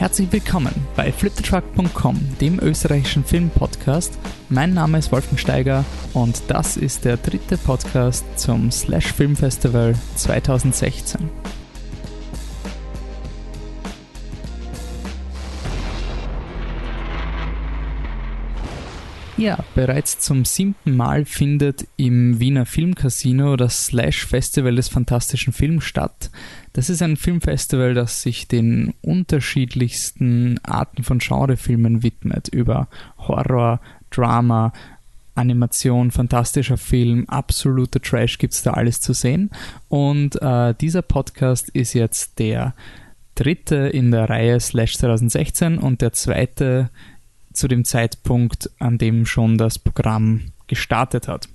Herzlich willkommen bei fliptetruck.com, dem österreichischen Filmpodcast. Mein Name ist Wolfgang Steiger und das ist der 3. Podcast zum Slash Film Festival 2016. Ja, bereits zum 7. Mal findet im Wiener Filmcasino das Slash Festival des fantastischen Films statt. Das ist ein Filmfestival, das sich den unterschiedlichsten Arten von Genrefilmen widmet, über Horror, Drama, Animation, fantastischer Film, absoluter Trash, gibt's da alles zu sehen. Und dieser Podcast ist jetzt der 3. in der Reihe Slash 2016 und der 2. zu dem Zeitpunkt, an dem schon das Programm gestartet hat.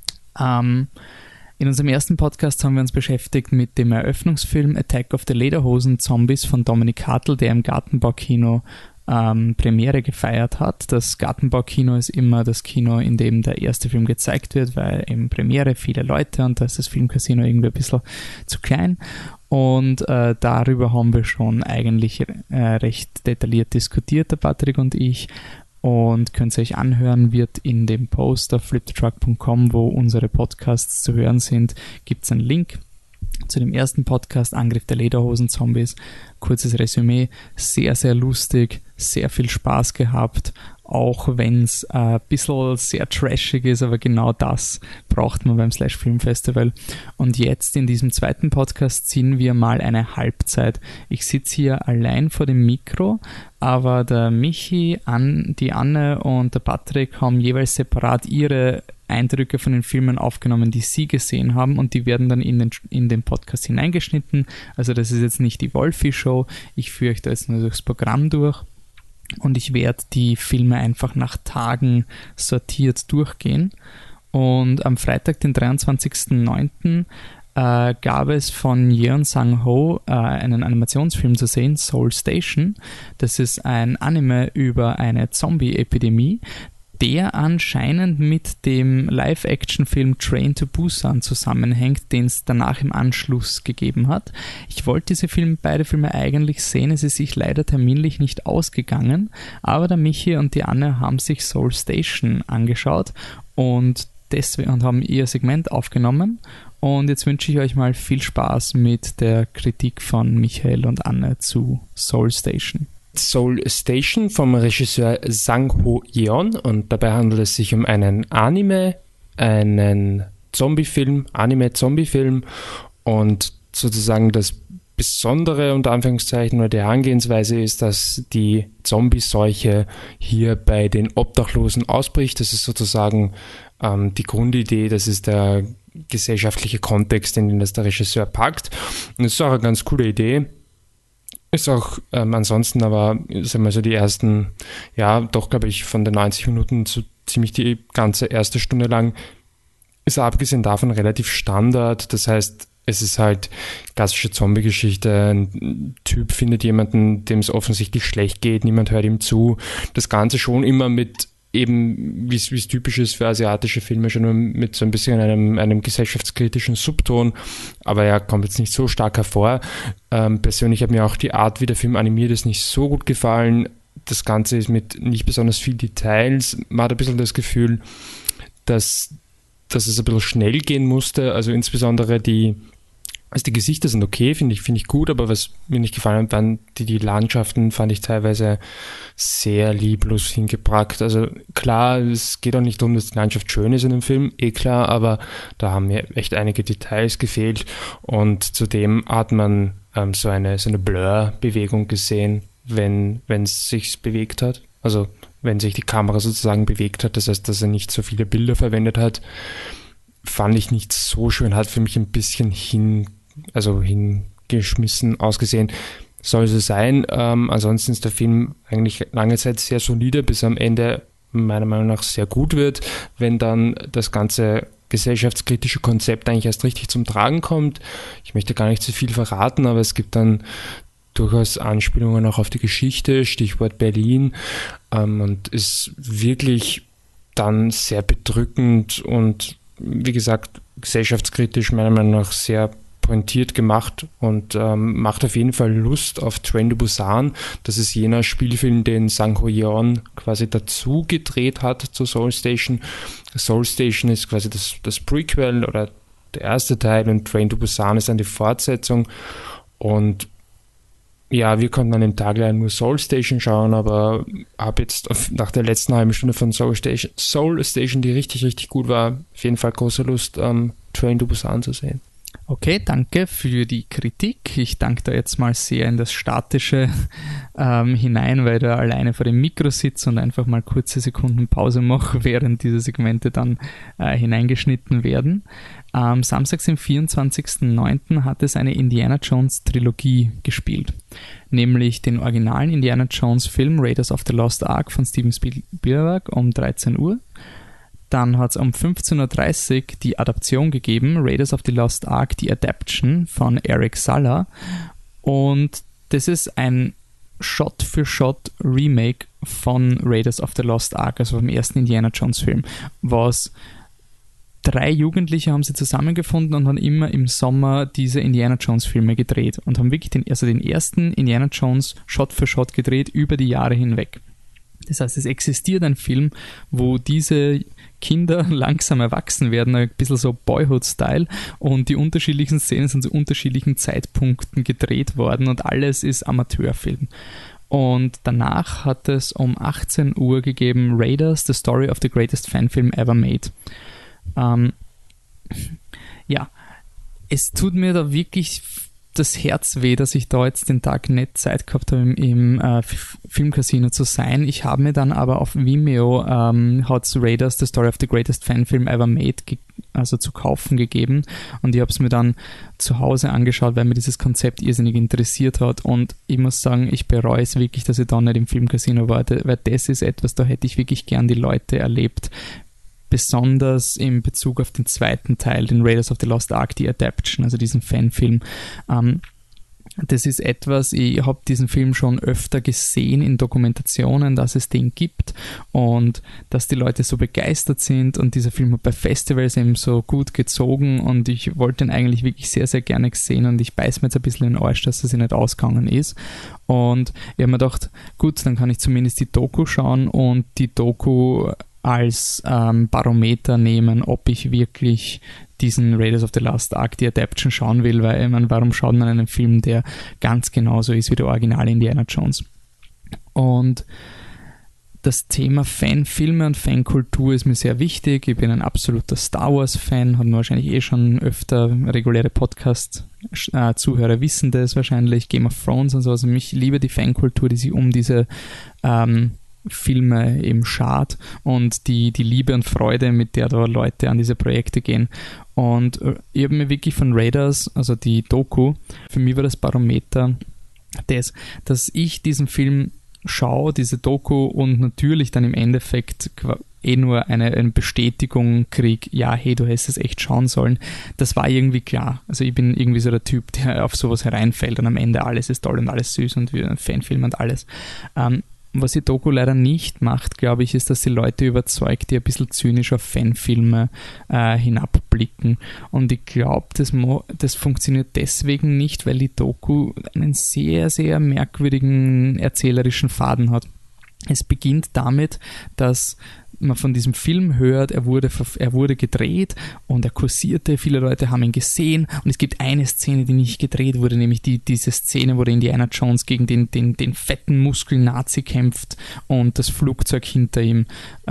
In unserem ersten Podcast haben wir uns beschäftigt mit dem Eröffnungsfilm Attack of the Lederhosen Zombies von Dominik Hartl, der im Gartenbaukino Premiere gefeiert hat. Das Gartenbaukino ist immer das Kino, in dem der erste Film gezeigt wird, weil eben Premiere viele Leute und da ist das Filmcasino irgendwie ein bisschen zu klein. Und darüber haben wir schon eigentlich recht detailliert diskutiert, der Patrick und ich. Und könnt ihr euch anhören, wird in dem Post auf fliptetruck.com, wo unsere Podcasts zu hören sind, gibt es einen Link zu dem ersten Podcast, Angriff der Lederhosen-Zombies. Kurzes Resümee, sehr, sehr lustig, sehr viel Spaß gehabt, auch wenn es ein bisschen sehr trashig ist, aber genau das braucht man beim Slash Film Festival. Und jetzt in diesem zweiten Podcast ziehen wir mal eine Halbzeit. Ich sitze hier allein vor dem Mikro, aber der Michi, die Anne und der Patrick haben jeweils separat ihre Eindrücke von den Filmen aufgenommen, die sie gesehen haben, und die werden dann in den Podcast hineingeschnitten. Also das ist jetzt nicht die Wolfi-Show, ich führe euch da jetzt nur durchs Programm durch und ich werde die Filme einfach nach Tagen sortiert durchgehen. Und am Freitag, den 23.09., gab es von Yeon Sang-ho einen Animationsfilm zu sehen, Seoul Station. Das ist ein Anime über eine Zombie-Epidemie, der anscheinend mit dem Live-Action-Film Train to Busan zusammenhängt, den es danach im Anschluss gegeben hat. Ich wollte beide Filme eigentlich sehen, es ist sich leider terminlich nicht ausgegangen, aber der Michi und die Anne haben sich Seoul Station angeschaut und haben ihr Segment aufgenommen. Und jetzt wünsche ich euch mal viel Spaß mit der Kritik von Michael und Anne zu Seoul Station. Seoul Station vom Regisseur Sang-ho Yeon, und dabei handelt es sich um einen einen Anime-Zombie-Film, und sozusagen das Besondere unter Anführungszeichen oder die Herangehensweise ist, dass die Zombie-Seuche hier bei den Obdachlosen ausbricht. Das ist sozusagen die Grundidee, das ist der gesellschaftliche Kontext, in den das der Regisseur packt, und das ist auch eine ganz coole Idee. Ist auch ansonsten aber, sagen wir so, die ersten, doch glaube ich von den 90 Minuten so ziemlich die ganze erste Stunde lang, ist abgesehen davon relativ Standard. Das heißt, es ist halt klassische Zombie-Geschichte. Ein Typ findet jemanden, dem es offensichtlich schlecht geht, niemand hört ihm zu. Das Ganze schon immer mit eben, wie es typisch ist für asiatische Filme, schon mit so ein bisschen einem gesellschaftskritischen Subton, aber er kommt jetzt nicht so stark hervor. Persönlich hat mir auch die Art, wie der Film animiert ist, nicht so gut gefallen. Das Ganze ist mit nicht besonders viel Details. Man hat ein bisschen das Gefühl, dass es ein bisschen schnell gehen musste, also insbesondere die Gesichter sind okay, finde ich gut, aber was mir nicht gefallen hat, waren die Landschaften, fand ich teilweise sehr lieblos hingebracht. Also klar, es geht auch nicht darum, dass die Landschaft schön ist in dem Film, klar, aber da haben mir echt einige Details gefehlt, und zudem hat man so eine Blur-Bewegung gesehen, wenn es sich bewegt hat. Also wenn sich die Kamera sozusagen bewegt hat, das heißt, dass er nicht so viele Bilder verwendet hat, fand ich nicht so schön, hat für mich ein bisschen hingeschmissen ausgesehen. Soll so sein. Ansonsten ist der Film eigentlich lange Zeit sehr solide, bis am Ende meiner Meinung nach sehr gut wird, wenn dann das ganze gesellschaftskritische Konzept eigentlich erst richtig zum Tragen kommt. Ich möchte gar nicht zu viel verraten, aber es gibt dann durchaus Anspielungen auch auf die Geschichte, Stichwort Berlin, und ist wirklich dann sehr bedrückend und wie gesagt gesellschaftskritisch meiner Meinung nach sehr pointiert gemacht und macht auf jeden Fall Lust auf Train to Busan. Das ist jener Spielfilm, den Sang Ho-yeon quasi dazu gedreht hat zu Seoul Station. Seoul Station ist quasi das Prequel oder der erste Teil und Train to Busan ist dann die Fortsetzung. Und ja, wir konnten an dem Tag leider nur Seoul Station schauen, aber habe jetzt nach der letzten halben Stunde von Seoul Station, die richtig, richtig gut war, auf jeden Fall große Lust, Train to Busan zu sehen. Okay, danke für die Kritik. Ich danke da jetzt mal sehr in das Statische hinein, weil ich da alleine vor dem Mikro sitze und einfach mal kurze Sekunden Pause mache, während diese Segmente dann hineingeschnitten werden. Am Samstag, dem 24.09. hat es eine Indiana Jones Trilogie gespielt, nämlich den originalen Indiana Jones Film Raiders of the Lost Ark von Steven Spielberg um 13 Uhr. Dann hat es um 15.30 Uhr die Adaption gegeben, Raiders of the Lost Ark, die Adaption von Eric Salla. Und das ist ein Shot-für-Shot-Remake von Raiders of the Lost Ark, also vom ersten Indiana Jones Film, was 3 Jugendliche haben sie zusammengefunden und haben immer im Sommer diese Indiana Jones Filme gedreht und haben wirklich den ersten Indiana Jones Shot für Shot gedreht über die Jahre hinweg. Das heißt, es existiert ein Film, wo diese Kinder langsam erwachsen werden, ein bisschen so Boyhood-Style, und die unterschiedlichen Szenen sind zu unterschiedlichen Zeitpunkten gedreht worden und alles ist Amateurfilm. Und danach hat es um 18 Uhr gegeben Raiders, The Story of the Greatest Fanfilm Ever Made. Ja, es tut mir da wirklich das Herz weh, dass ich da jetzt den Tag nicht Zeit gehabt habe, im Filmcasino zu sein. Ich habe mir dann aber auf Vimeo hat's Raiders, The Story of the Greatest Fanfilm Ever Made also zu kaufen gegeben, und ich habe es mir dann zu Hause angeschaut, weil mir dieses Konzept irrsinnig interessiert hat, und ich muss sagen, ich bereue es wirklich, dass ich da nicht im Filmcasino war, weil das ist etwas, da hätte ich wirklich gern die Leute erlebt, besonders in Bezug auf den zweiten Teil, den Raiders of the Lost Ark, die Adaption, also diesen Fanfilm. Das ist etwas, ich habe diesen Film schon öfter gesehen in Dokumentationen, dass es den gibt und dass die Leute so begeistert sind, und dieser Film hat bei Festivals eben so gut gezogen und ich wollte ihn eigentlich wirklich sehr, sehr gerne sehen, und ich beiß mir jetzt ein bisschen in den Arsch, dass das nicht ausgegangen ist. Und ich habe mir gedacht, gut, dann kann ich zumindest die Doku schauen und die Doku als Barometer nehmen, ob ich wirklich diesen Raiders of the Lost Ark, die Adaption, schauen will, weil ich meine, warum schaut man einen Film, der ganz genauso ist wie der originale Indiana Jones? Und das Thema Fanfilme und Fankultur ist mir sehr wichtig. Ich bin ein absoluter Star Wars-Fan, haben wahrscheinlich schon öfter reguläre Podcast-Zuhörer wissen das wahrscheinlich, Game of Thrones und so. Also ich liebe die Fankultur, die sich um diese Filme eben schart, und die Liebe und Freude, mit der da Leute an diese Projekte gehen. Und ich habe mir wirklich von Raiders, also die Doku, für mich war das Barometer dass ich diesen Film schaue, diese Doku, und natürlich dann im Endeffekt nur eine Bestätigung kriege, ja, hey, du hättest es echt schauen sollen. Das war irgendwie klar. Also ich bin irgendwie so der Typ, der auf sowas hereinfällt und am Ende alles ist toll und alles süß und wie ein Fanfilm und alles. Was die Doku leider nicht macht, glaube ich, ist, dass sie Leute überzeugt, die ein bisschen zynisch auf Fanfilme hinabblicken. Und ich glaube, das funktioniert deswegen nicht, weil die Doku einen sehr, sehr merkwürdigen erzählerischen Faden hat. Es beginnt damit, dass man von diesem Film hört, er wurde gedreht und er kursierte, viele Leute haben ihn gesehen, und es gibt eine Szene, die nicht gedreht wurde, nämlich diese Szene, wo der Indiana Jones gegen den fetten Muskel-Nazi kämpft und das Flugzeug hinter ihm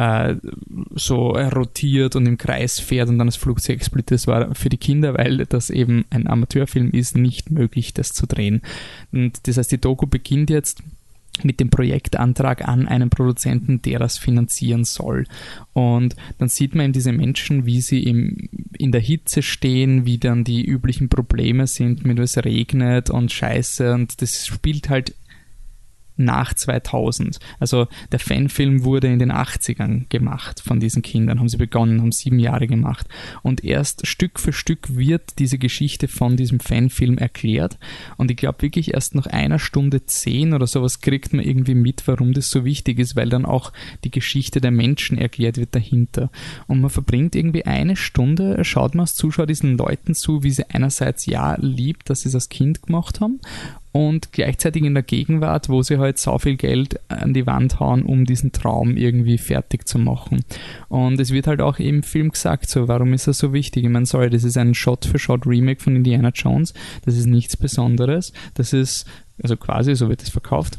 so rotiert und im Kreis fährt und dann das Flugzeug explodiert. Das war für die Kinder, weil das eben ein Amateurfilm ist, nicht möglich, das zu drehen. Und das heißt, die Doku beginnt jetzt mit dem Projektantrag an einen Produzenten, der das finanzieren soll. Und dann sieht man eben diese Menschen, wie sie in der Hitze stehen, wie dann die üblichen Probleme sind, mit es regnet und Scheiße, und das spielt halt nach 2000. Also der Fanfilm wurde in den 80ern gemacht von diesen Kindern, haben sie begonnen, haben 7 Jahre gemacht. Und erst Stück für Stück wird diese Geschichte von diesem Fanfilm erklärt. Und ich glaube wirklich erst nach 1:10 oder sowas kriegt man irgendwie mit, warum das so wichtig ist, weil dann auch die Geschichte der Menschen erklärt wird dahinter. Und man verbringt irgendwie 1 Stunde, schaut man als Zuschauer diesen Leuten zu, wie sie einerseits liebt, dass sie es als Kind gemacht haben, und gleichzeitig in der Gegenwart, wo sie halt so viel Geld an die Wand hauen, um diesen Traum irgendwie fertig zu machen. Und es wird halt auch im Film gesagt, so, warum ist das so wichtig? Ich meine, sorry, das ist ein Shot-für-Shot-Remake von Indiana Jones, das ist nichts Besonderes, das ist, also quasi, so wird es verkauft.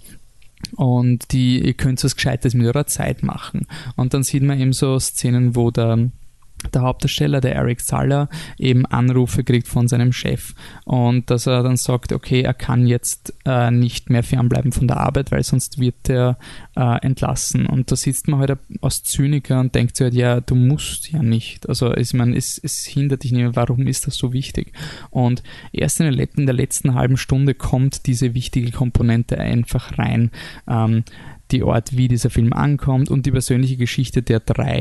Und ihr könnt was Gescheites mit eurer Zeit machen. Und dann sieht man eben so Szenen, wo der Hauptdarsteller, der Eric Zaller, eben Anrufe kriegt von seinem Chef und dass er dann sagt, okay, er kann jetzt nicht mehr fernbleiben von der Arbeit, weil sonst wird er entlassen. Und da sitzt man halt als Zyniker und denkt sich halt, ja, du musst ja nicht. Also ich meine, es hindert dich nicht mehr. Warum ist das so wichtig? Und erst in der letzten halben Stunde kommt diese wichtige Komponente einfach rein. Die Art, wie dieser Film ankommt und die persönliche Geschichte der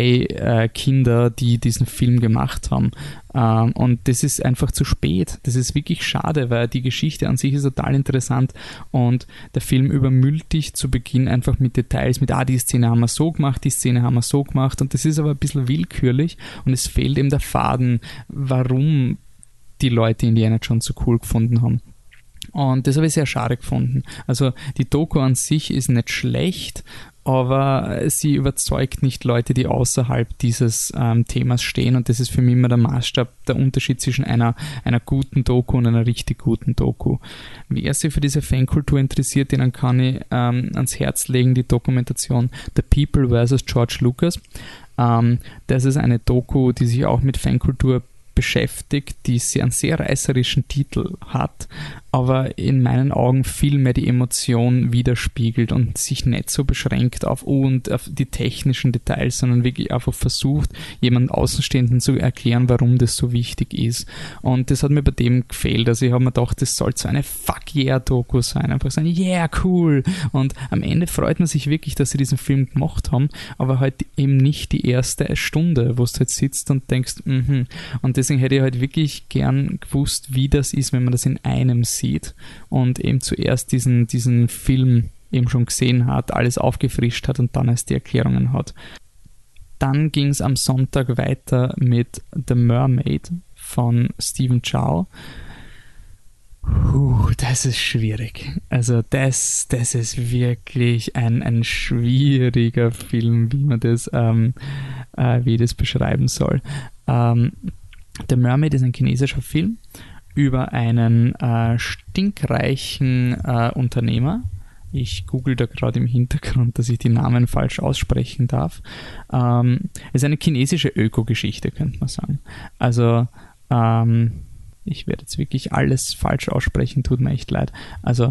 3 Kinder, die diesen Film gemacht haben. Und das ist einfach zu spät. Das ist wirklich schade, weil die Geschichte an sich ist total interessant und der Film übermüllt dich zu Beginn einfach mit Details, mit die Szene haben wir so gemacht, die Szene haben wir so gemacht, und das ist aber ein bisschen willkürlich und es fehlt eben der Faden, warum die Leute Indiana Jones so cool gefunden haben. Und das habe ich sehr schade gefunden. Also die Doku an sich ist nicht schlecht, aber sie überzeugt nicht Leute, die außerhalb dieses Themas stehen, und das ist für mich immer der Maßstab, der Unterschied zwischen einer guten Doku und einer richtig guten Doku. Wer sich für diese Fankultur interessiert, denen kann ich ans Herz legen die Dokumentation The People vs. George Lucas. Das ist eine Doku, die sich auch mit Fankultur beschäftigt, die einen sehr reißerischen Titel hat, aber in meinen Augen viel mehr die Emotion widerspiegelt und sich nicht so beschränkt auf die technischen Details, sondern wirklich einfach versucht, jemandem Außenstehenden zu erklären, warum das so wichtig ist. Und das hat mir bei dem gefehlt. Also ich habe mir gedacht, das soll so eine Fuck-Yeah-Doku sein. Einfach sagen, yeah, cool. Und am Ende freut man sich wirklich, dass sie diesen Film gemacht haben, aber halt eben nicht die erste Stunde, wo du halt sitzt und denkst, Und deswegen hätte ich halt wirklich gern gewusst, wie das ist, wenn man das in einem sieht und eben zuerst diesen Film eben schon gesehen hat, alles aufgefrischt hat und dann erst die Erklärungen hat. Dann ging es am Sonntag weiter mit The Mermaid von Stephen Chow. Das ist schwierig. Also das ist wirklich ein schwieriger Film, wie ich das beschreiben soll. The Mermaid ist ein chinesischer Film über einen stinkreichen Unternehmer. Ich google da gerade im Hintergrund, dass ich die Namen falsch aussprechen darf. Es ist eine chinesische Ökogeschichte, könnte man sagen. Also ich werde jetzt wirklich alles falsch aussprechen, tut mir echt leid. Also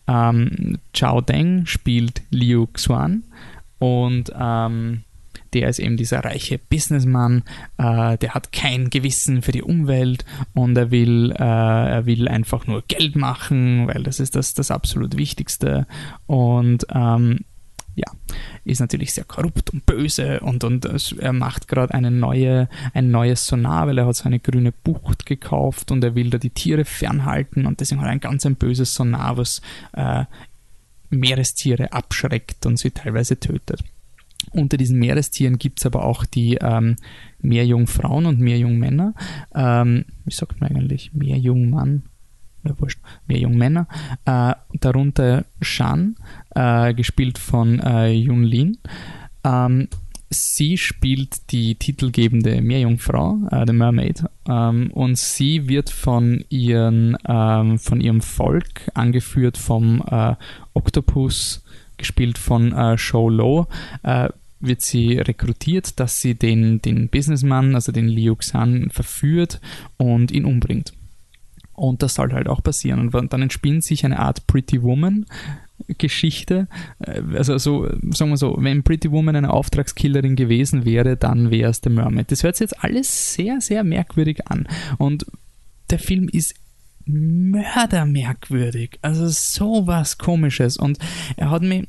Chao Deng spielt Liu Xuan und der ist eben dieser reiche Businessman, der hat kein Gewissen für die Umwelt und er will einfach nur Geld machen, weil das ist das absolut Wichtigste, und ist natürlich sehr korrupt und böse und er macht gerade ein neues Sonar, weil er hat so eine grüne Bucht gekauft und er will da die Tiere fernhalten, und deswegen hat er ein ganz böses Sonar, was Meerestiere abschreckt und sie teilweise tötet. Unter diesen Meerestieren gibt es aber auch die Meerjungfrauen und Meerjungmänner. Wie sagt man eigentlich? Meerjungmann? Ja, wurscht. Meerjungmänner. Darunter Shan, gespielt von Yun Lin. Sie spielt die titelgebende Meerjungfrau, The Mermaid, und sie wird von ihrem Volk, angeführt vom Oktopus, gespielt von Shou Lo, wird sie rekrutiert, dass sie den Businessman, also den Liu Xan, verführt und ihn umbringt. Und das soll halt auch passieren. Und dann entspinnt sich eine Art Pretty Woman Geschichte. Also so, sagen wir so, wenn Pretty Woman eine Auftragskillerin gewesen wäre, dann wäre es The Mermaid. Das hört sich jetzt alles sehr, sehr merkwürdig an. Und der Film ist mördermerkwürdig. Also sowas Komisches. Und er hat mir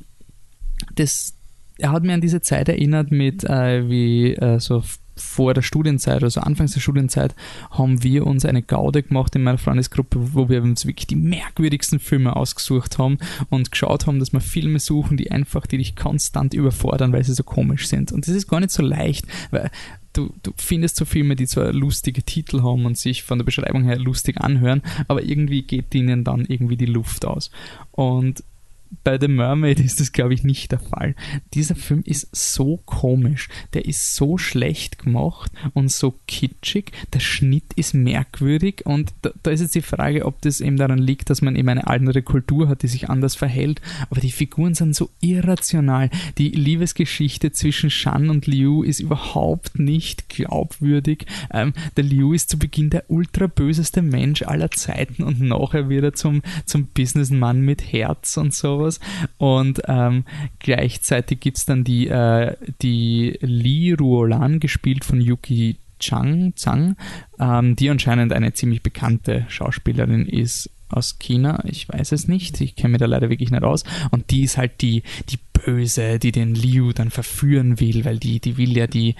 an diese Zeit erinnert mit so vor der Studienzeit, also anfangs der Studienzeit, haben wir uns eine Gaude gemacht in meiner Freundesgruppe, wo wir uns wirklich die merkwürdigsten Filme ausgesucht haben und geschaut haben, dass wir Filme suchen, die dich konstant überfordern, weil sie so komisch sind. Und das ist gar nicht so leicht, weil du findest so Filme, die zwar lustige Titel haben und sich von der Beschreibung her lustig anhören, aber irgendwie geht ihnen dann irgendwie die Luft aus. Und bei The Mermaid ist das, glaube ich, nicht der Fall. Dieser Film ist so komisch, der ist so schlecht gemacht und so kitschig, der Schnitt ist merkwürdig und da ist jetzt die Frage, ob das eben daran liegt, dass man eben eine andere Kultur hat, die sich anders verhält, aber die Figuren sind so irrational. Die Liebesgeschichte zwischen Shan und Liu ist überhaupt nicht glaubwürdig. Der Liu ist zu Beginn der ultra böseste Mensch aller Zeiten und nachher wird er zum Businessmann mit Herz und sowas. Und gleichzeitig gibt es dann die Li Ruolan, gespielt von Yuki Zhang, die anscheinend eine ziemlich bekannte Schauspielerin ist aus China. Ich weiß es nicht, ich kenne mich da leider wirklich nicht aus. Und die ist halt die Böse, die den Liu dann verführen will, weil die will ja die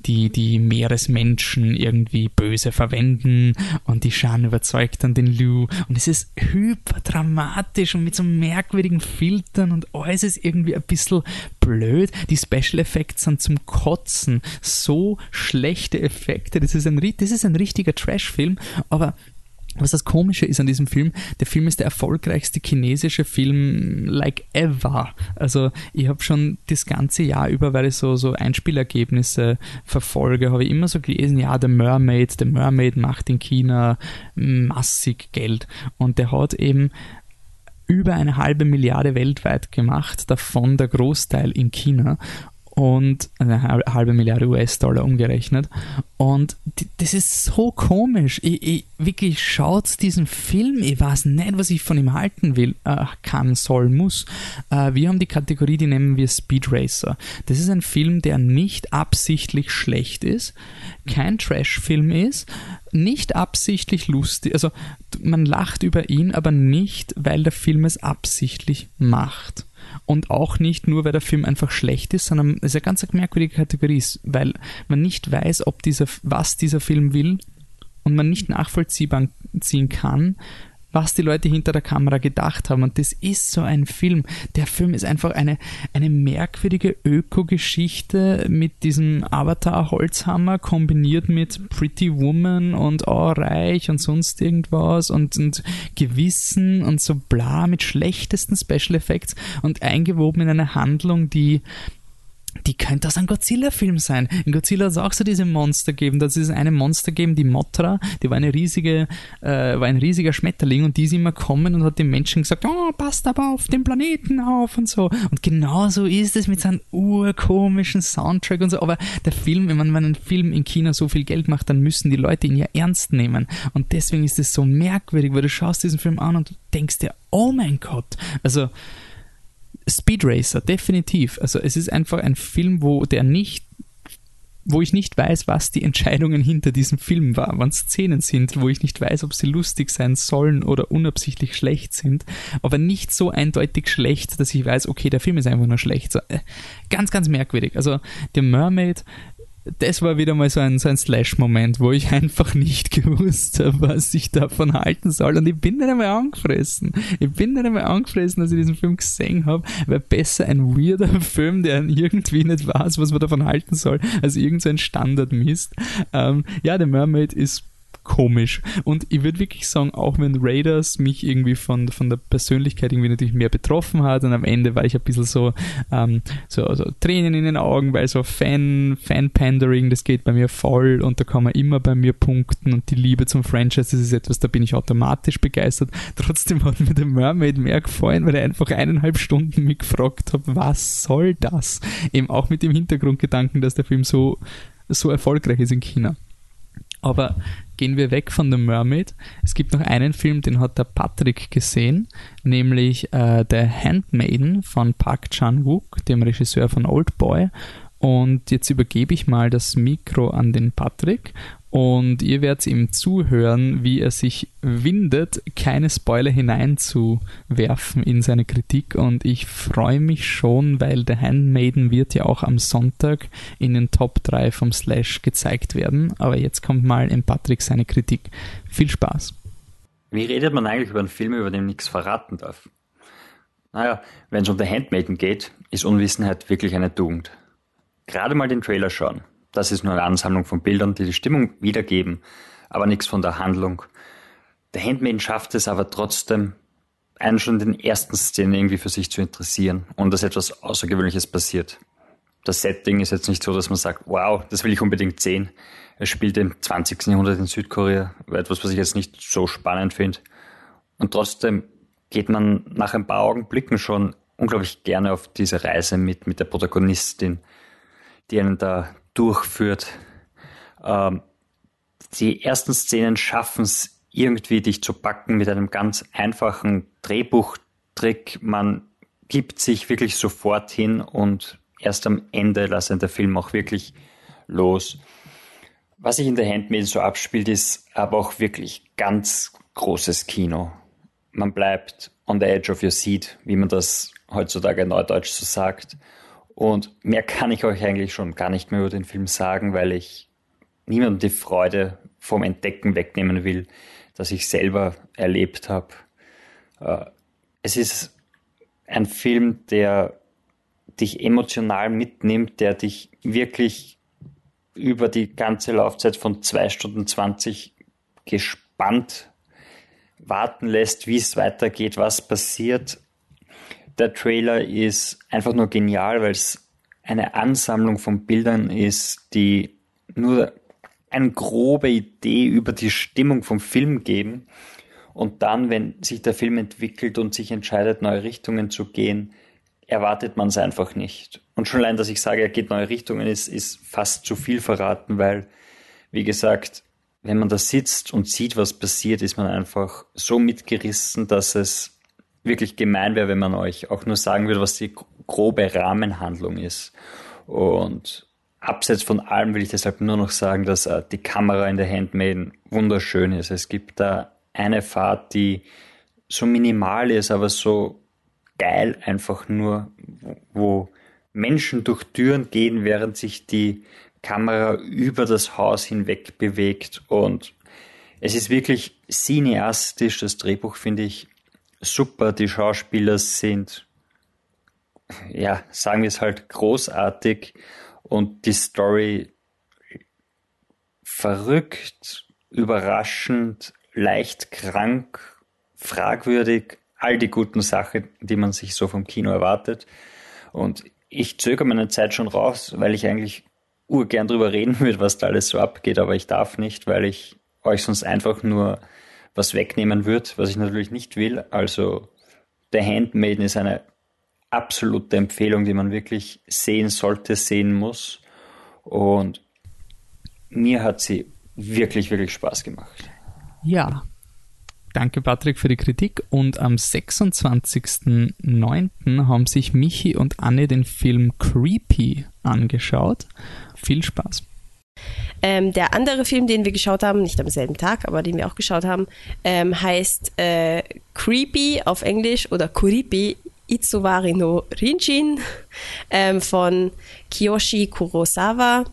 Meeresmenschen irgendwie böse verwenden und die Shan überzeugt dann den Liu und es ist hyperdramatisch und mit so merkwürdigen Filtern und alles ist irgendwie ein bisschen blöd. Die Special Effects sind zum Kotzen. So schlechte Effekte. Das ist ein richtiger Trash-Film, aber was das Komische ist an diesem Film, der Film ist der erfolgreichste chinesische Film like ever. Also ich habe schon das ganze Jahr über, weil ich so Einspielergebnisse verfolge, habe ich immer so gelesen, ja, The Mermaid macht in China massig Geld. Und der hat eben über 1,5 Milliarde weltweit gemacht, davon der Großteil in China. Und 1,5 Milliarde US-Dollar umgerechnet. Und das ist so komisch. Ich wirklich, schaut diesen Film, ich weiß nicht, was ich von ihm halten will, muss. Wir haben die Kategorie, die nennen wir Speed Racer. Das ist ein Film, der nicht absichtlich schlecht ist, kein Trash-Film ist, nicht absichtlich lustig. Also man lacht über ihn, aber nicht, weil der Film es absichtlich macht. Und auch nicht nur, weil der Film einfach schlecht ist, sondern es ist eine ganz merkwürdige Kategorie, weil man nicht weiß, was dieser Film will und man nicht nachvollziehen kann, was die Leute hinter der Kamera gedacht haben. Und das ist so ein Film. Der Film ist einfach eine merkwürdige Ökogeschichte mit diesem Avatar-Holzhammer kombiniert mit Pretty Woman und reich und sonst irgendwas und Gewissen und so bla mit schlechtesten Special Effects und eingewoben in eine Handlung, die könnte aus einem Godzilla-Film sein. In Godzilla hat es auch so diese Monster gegeben. Da ist es eine Monster gegeben, die Mothra, die war ein riesiger Schmetterling und die ist immer gekommen und hat den Menschen gesagt, passt aber auf den Planeten auf und so. Und genau so ist es mit seinem urkomischen Soundtrack und so. Aber der Film, wenn man einen Film in China so viel Geld macht, dann müssen die Leute ihn ja ernst nehmen. Und deswegen ist es so merkwürdig, weil du schaust diesen Film an und du denkst dir, oh mein Gott. Also Speed Racer, definitiv. Also es ist einfach ein Film, wo ich nicht weiß, was die Entscheidungen hinter diesem Film waren, wann Szenen sind, wo ich nicht weiß, ob sie lustig sein sollen oder unabsichtlich schlecht sind, aber nicht so eindeutig schlecht, dass ich weiß, okay, der Film ist einfach nur schlecht. So, ganz, ganz merkwürdig. Also The Mermaid, das war wieder mal so ein Slash-Moment, wo ich einfach nicht gewusst habe, was ich davon halten soll. Und ich bin nicht einmal angefressen. Als ich diesen Film gesehen habe, weil besser ein weirder Film, der irgendwie nicht weiß, was man davon halten soll, als irgend so ein Standard-Mist. The Mermaid ist komisch. Und ich würde wirklich sagen, auch wenn Raiders mich irgendwie von der Persönlichkeit irgendwie natürlich mehr betroffen hat und am Ende war ich ein bisschen so Tränen in den Augen, weil so Fan-Pandering, das geht bei mir voll und da kann man immer bei mir punkten und die Liebe zum Franchise, das ist etwas, da bin ich automatisch begeistert. Trotzdem hat mir der Mermaid mehr gefallen, weil er einfach 1,5 Stunden mich gefragt hat, was soll das? Eben auch mit dem Hintergrundgedanken, dass der Film so erfolgreich ist in China. Aber gehen wir weg von The Mermaid. Es gibt noch einen Film, den hat der Patrick gesehen, nämlich The Handmaiden von Park Chan-wook, dem Regisseur von Oldboy. Und jetzt übergebe ich mal das Mikro an den Patrick und ihr werdet ihm zuhören, wie er sich windet, keine Spoiler hineinzuwerfen in seine Kritik, und ich freue mich schon, weil The Handmaiden wird ja auch am Sonntag in den Top 3 vom Slash gezeigt werden, aber jetzt kommt mal in Patrick seine Kritik. Viel Spaß. Wie redet man eigentlich über einen Film, über den nichts verraten darf? Naja, wenn es um The Handmaiden geht, ist Unwissenheit wirklich eine Tugend. Gerade mal den Trailer schauen. Das ist nur eine Ansammlung von Bildern, die die Stimmung wiedergeben, aber nichts von der Handlung. The Handmaiden schafft es aber trotzdem, einen schon in den ersten Szenen irgendwie für sich zu interessieren und dass etwas Außergewöhnliches passiert. Das Setting ist jetzt nicht so, dass man sagt, wow, das will ich unbedingt sehen. Es spielt im 20. Jahrhundert in Südkorea, etwas, was ich jetzt nicht so spannend finde. Und trotzdem geht man nach ein paar Augenblicken schon unglaublich gerne auf diese Reise mit der Protagonistin, die einen da durchführt. Die ersten Szenen schaffen es irgendwie, dich zu packen mit einem ganz einfachen Drehbuchtrick. Man gibt sich wirklich sofort hin und erst am Ende lässt der Film auch wirklich los. Was sich in The Handmaiden so abspielt, ist aber auch wirklich ganz großes Kino. Man bleibt on the edge of your seat, wie man das heutzutage in Neudeutsch so sagt. Und mehr kann ich euch eigentlich schon gar nicht mehr über den Film sagen, weil ich niemandem die Freude vom Entdecken wegnehmen will, das ich selber erlebt habe. Es ist ein Film, der dich emotional mitnimmt, der dich wirklich über die ganze Laufzeit von 2 Stunden 20 gespannt warten lässt, wie es weitergeht, was passiert. Der Trailer ist einfach nur genial, weil es eine Ansammlung von Bildern ist, die nur eine grobe Idee über die Stimmung vom Film geben. Und dann, wenn sich der Film entwickelt und sich entscheidet, neue Richtungen zu gehen, erwartet man es einfach nicht. Und schon allein, dass ich sage, er geht neue Richtungen, ist fast zu viel verraten, weil, wie gesagt, wenn man da sitzt und sieht, was passiert, ist man einfach so mitgerissen, dass es wirklich gemein wäre, wenn man euch auch nur sagen würde, was die grobe Rahmenhandlung ist. Und abseits von allem will ich deshalb nur noch sagen, dass die Kamera in The Handmaiden wunderschön ist. Es gibt da eine Fahrt, die so minimal ist, aber so geil einfach nur, wo Menschen durch Türen gehen, während sich die Kamera über das Haus hinweg bewegt. Und es ist wirklich cineastisch. Das Drehbuch finde ich super. Die Schauspieler sind, ja, sagen wir es halt, großartig. Und die Story verrückt, überraschend, leicht krank, fragwürdig. All die guten Sachen, die man sich so vom Kino erwartet. Und ich zögere meine Zeit schon raus, weil ich eigentlich urgern drüber reden würde, was da alles so abgeht, aber ich darf nicht, weil ich euch sonst einfach nur was wegnehmen würde, was ich natürlich nicht will. Also The Handmaiden ist eine absolute Empfehlung, die man wirklich sehen sollte, sehen muss. Und mir hat sie wirklich, wirklich Spaß gemacht. Ja, danke Patrick für die Kritik. Und am 26.09. haben sich Michi und Anne den Film Creepy angeschaut. Viel Spaß. Der andere Film, den wir geschaut haben, nicht am selben Tag, aber den wir auch geschaut haben, heißt Creepy auf Englisch oder Kuripi Itsubari no Rinjin von Kiyoshi Kurosawa.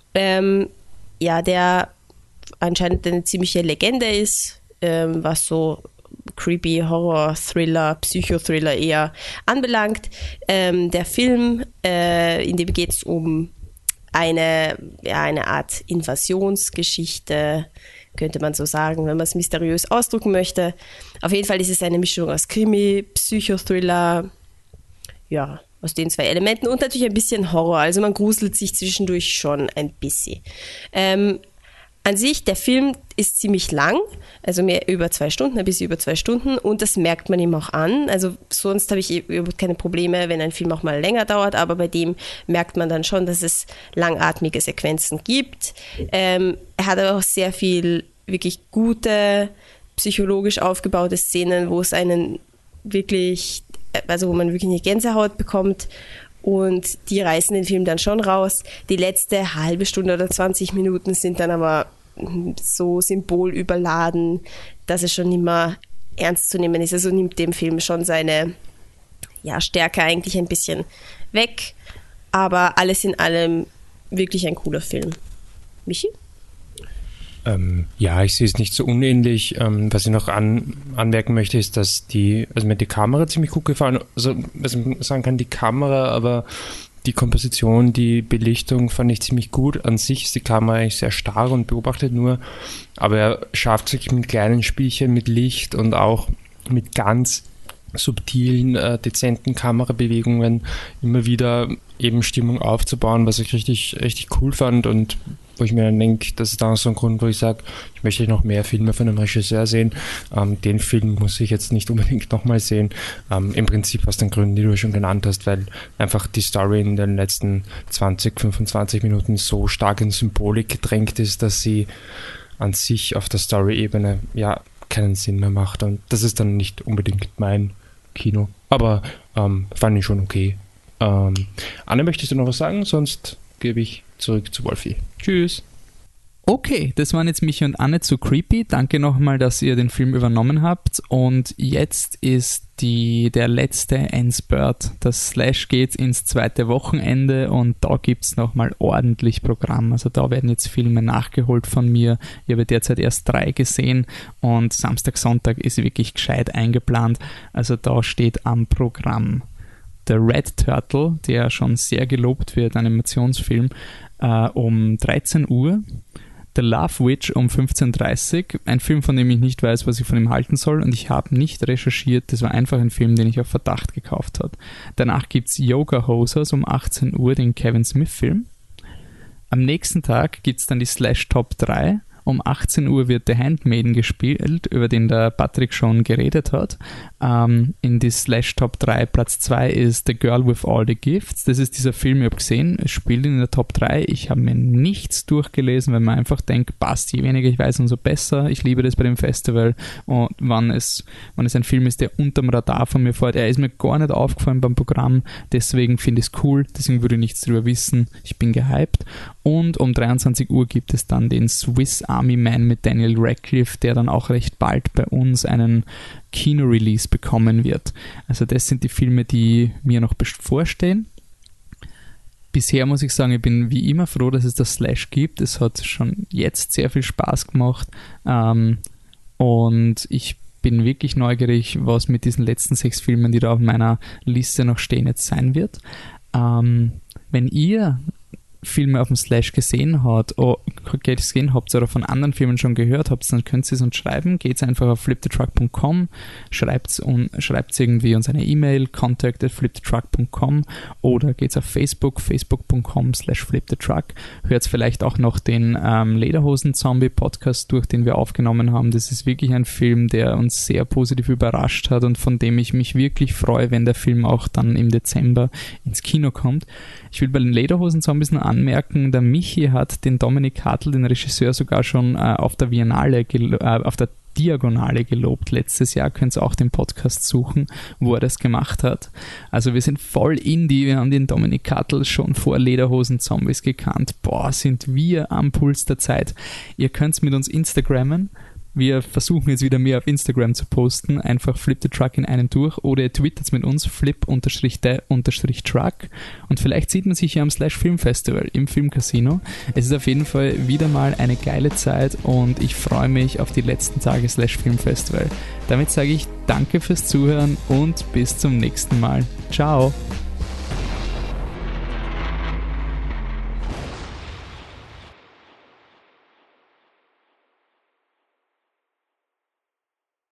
Der anscheinend eine ziemliche Legende ist, was so creepy Horror, Thriller, Psychothriller eher anbelangt. Der Film, in dem geht es um eine Art Invasionsgeschichte, könnte man so sagen, wenn man es mysteriös ausdrücken möchte. Auf jeden Fall ist es eine Mischung aus Krimi, Psychothriller, ja, aus den 2 Elementen und natürlich ein bisschen Horror. Also man gruselt sich zwischendurch schon ein bisschen. An sich, der Film ist ziemlich lang, also ein bisschen über 2 Stunden und das merkt man ihm auch an. Also sonst habe ich überhaupt keine Probleme, wenn ein Film auch mal länger dauert, aber bei dem merkt man dann schon, dass es langatmige Sequenzen gibt. Er hat aber auch sehr viel wirklich gute, psychologisch aufgebaute Szenen, wo es einen wirklich, also wo man wirklich eine Gänsehaut bekommt. Und die reißen den Film dann schon raus. Die letzte halbe Stunde oder 20 Minuten sind dann aber so symbolüberladen, dass es schon nicht mehr ernst zu nehmen ist. Also nimmt dem Film schon seine Stärke eigentlich ein bisschen weg, aber alles in allem wirklich ein cooler Film. Michi? Ich sehe es nicht so unähnlich. Was ich noch anmerken möchte, ist, dass mir die Kamera ziemlich gut gefallen. Also, was ich sagen kann, die Kamera, aber die Komposition, die Belichtung fand ich ziemlich gut. An sich ist die Kamera eigentlich sehr starr und beobachtet nur, aber er schafft sich mit kleinen Spielchen mit Licht und auch mit ganz subtilen, dezenten Kamerabewegungen immer wieder eben Stimmung aufzubauen, was ich richtig, richtig cool fand und wo ich mir dann denke, das ist dann so ein Grund, wo ich sage, ich möchte noch mehr Filme von einem Regisseur sehen. Den Film muss ich jetzt nicht unbedingt nochmal sehen. Im Prinzip aus den Gründen, die du schon genannt hast, weil einfach die Story in den letzten 20, 25 Minuten so stark in Symbolik gedrängt ist, dass sie an sich auf der Story-Ebene keinen Sinn mehr macht. Und das ist dann nicht unbedingt mein Kino. Aber fand ich schon okay. Anne, möchtest du noch was sagen? Sonst gebe ich zurück zu Wolfi. Tschüss. Okay, das waren jetzt Michi und Anne zu Creepy. Danke nochmal, dass ihr den Film übernommen habt. Und jetzt ist der letzte Endspurt. Das Slash geht ins zweite Wochenende und da gibt es nochmal ordentlich Programm. Also da werden jetzt Filme nachgeholt von mir. Ich habe derzeit erst 3 gesehen und Samstag, Sonntag ist wirklich gescheit eingeplant. Also da steht am Programm The Red Turtle, der schon sehr gelobt wird, Animationsfilm, um 13 Uhr. The Love Witch um 15.30 Uhr, ein Film, von dem ich nicht weiß, was ich von ihm halten soll und ich habe nicht recherchiert, das war einfach ein Film, den ich auf Verdacht gekauft habe. Danach gibt es Yoga Hosers um 18 Uhr, den Kevin Smith Film. Am nächsten Tag gibt es dann die Slash Top 3. Um 18 Uhr wird The Handmaiden gespielt, über den der Patrick schon geredet hat. In die Slash Top 3 Platz 2 ist The Girl with All the Gifts. Das ist dieser Film, ich habe gesehen, es spielt in der Top 3. Ich habe mir nichts durchgelesen, weil man einfach denkt, passt, je weniger ich weiß, umso besser. Ich liebe das bei dem Festival. Und wenn es ein Film ist, der unterm Radar von mir fährt, er ist mir gar nicht aufgefallen beim Programm, deswegen finde ich es cool, deswegen würde ich nichts darüber wissen. Ich bin gehypt. Und um 23 Uhr gibt es dann den Swiss Army Man mit Daniel Radcliffe, der dann auch recht bald bei uns einen Kino-Release bekommen wird. Also das sind die Filme, die mir noch bevorstehen. Bisher muss ich sagen, ich bin wie immer froh, dass es das Slash gibt. Es hat schon jetzt sehr viel Spaß gemacht und ich bin wirklich neugierig, was mit diesen letzten 6 Filmen, die da auf meiner Liste noch stehen, jetzt sein wird. Wenn ihr Filme auf dem Slash gesehen habt oder von anderen Filmen schon gehört habt, dann könnt ihr es uns schreiben. Geht einfach auf flipthetruck.com, schreibt irgendwie uns eine E-Mail, contact@flipthetruck.com oder geht auf facebook.com/flipthetruck. Hört vielleicht auch noch den Lederhosen-Zombie-Podcast durch, den wir aufgenommen haben. Das ist wirklich ein Film, der uns sehr positiv überrascht hat und von dem ich mich wirklich freue, wenn der Film auch dann im Dezember ins Kino kommt. Ich will bei den Lederhosen-Zombies nur anmerken, der Michi hat den Dominik Hartl, den Regisseur, sogar schon auf der Diagonale gelobt. Letztes Jahr könnt ihr auch den Podcast suchen, wo er das gemacht hat. Also wir sind voll Indie, wir haben den Dominik Hartl schon vor Lederhosen-Zombies gekannt. Boah, sind wir am Puls der Zeit. Ihr könnt mit uns Instagrammen. Wir versuchen jetzt wieder mehr auf Instagram zu posten, einfach Flip the Truck in einem durch oder ihr twittert mit uns flip_the_truck und vielleicht sieht man sich ja am Slash Film Festival im Filmcasino. Es ist auf jeden Fall wieder mal eine geile Zeit und ich freue mich auf die letzten Tage Slash Film Festival. Damit sage ich danke fürs Zuhören und bis zum nächsten Mal. Ciao!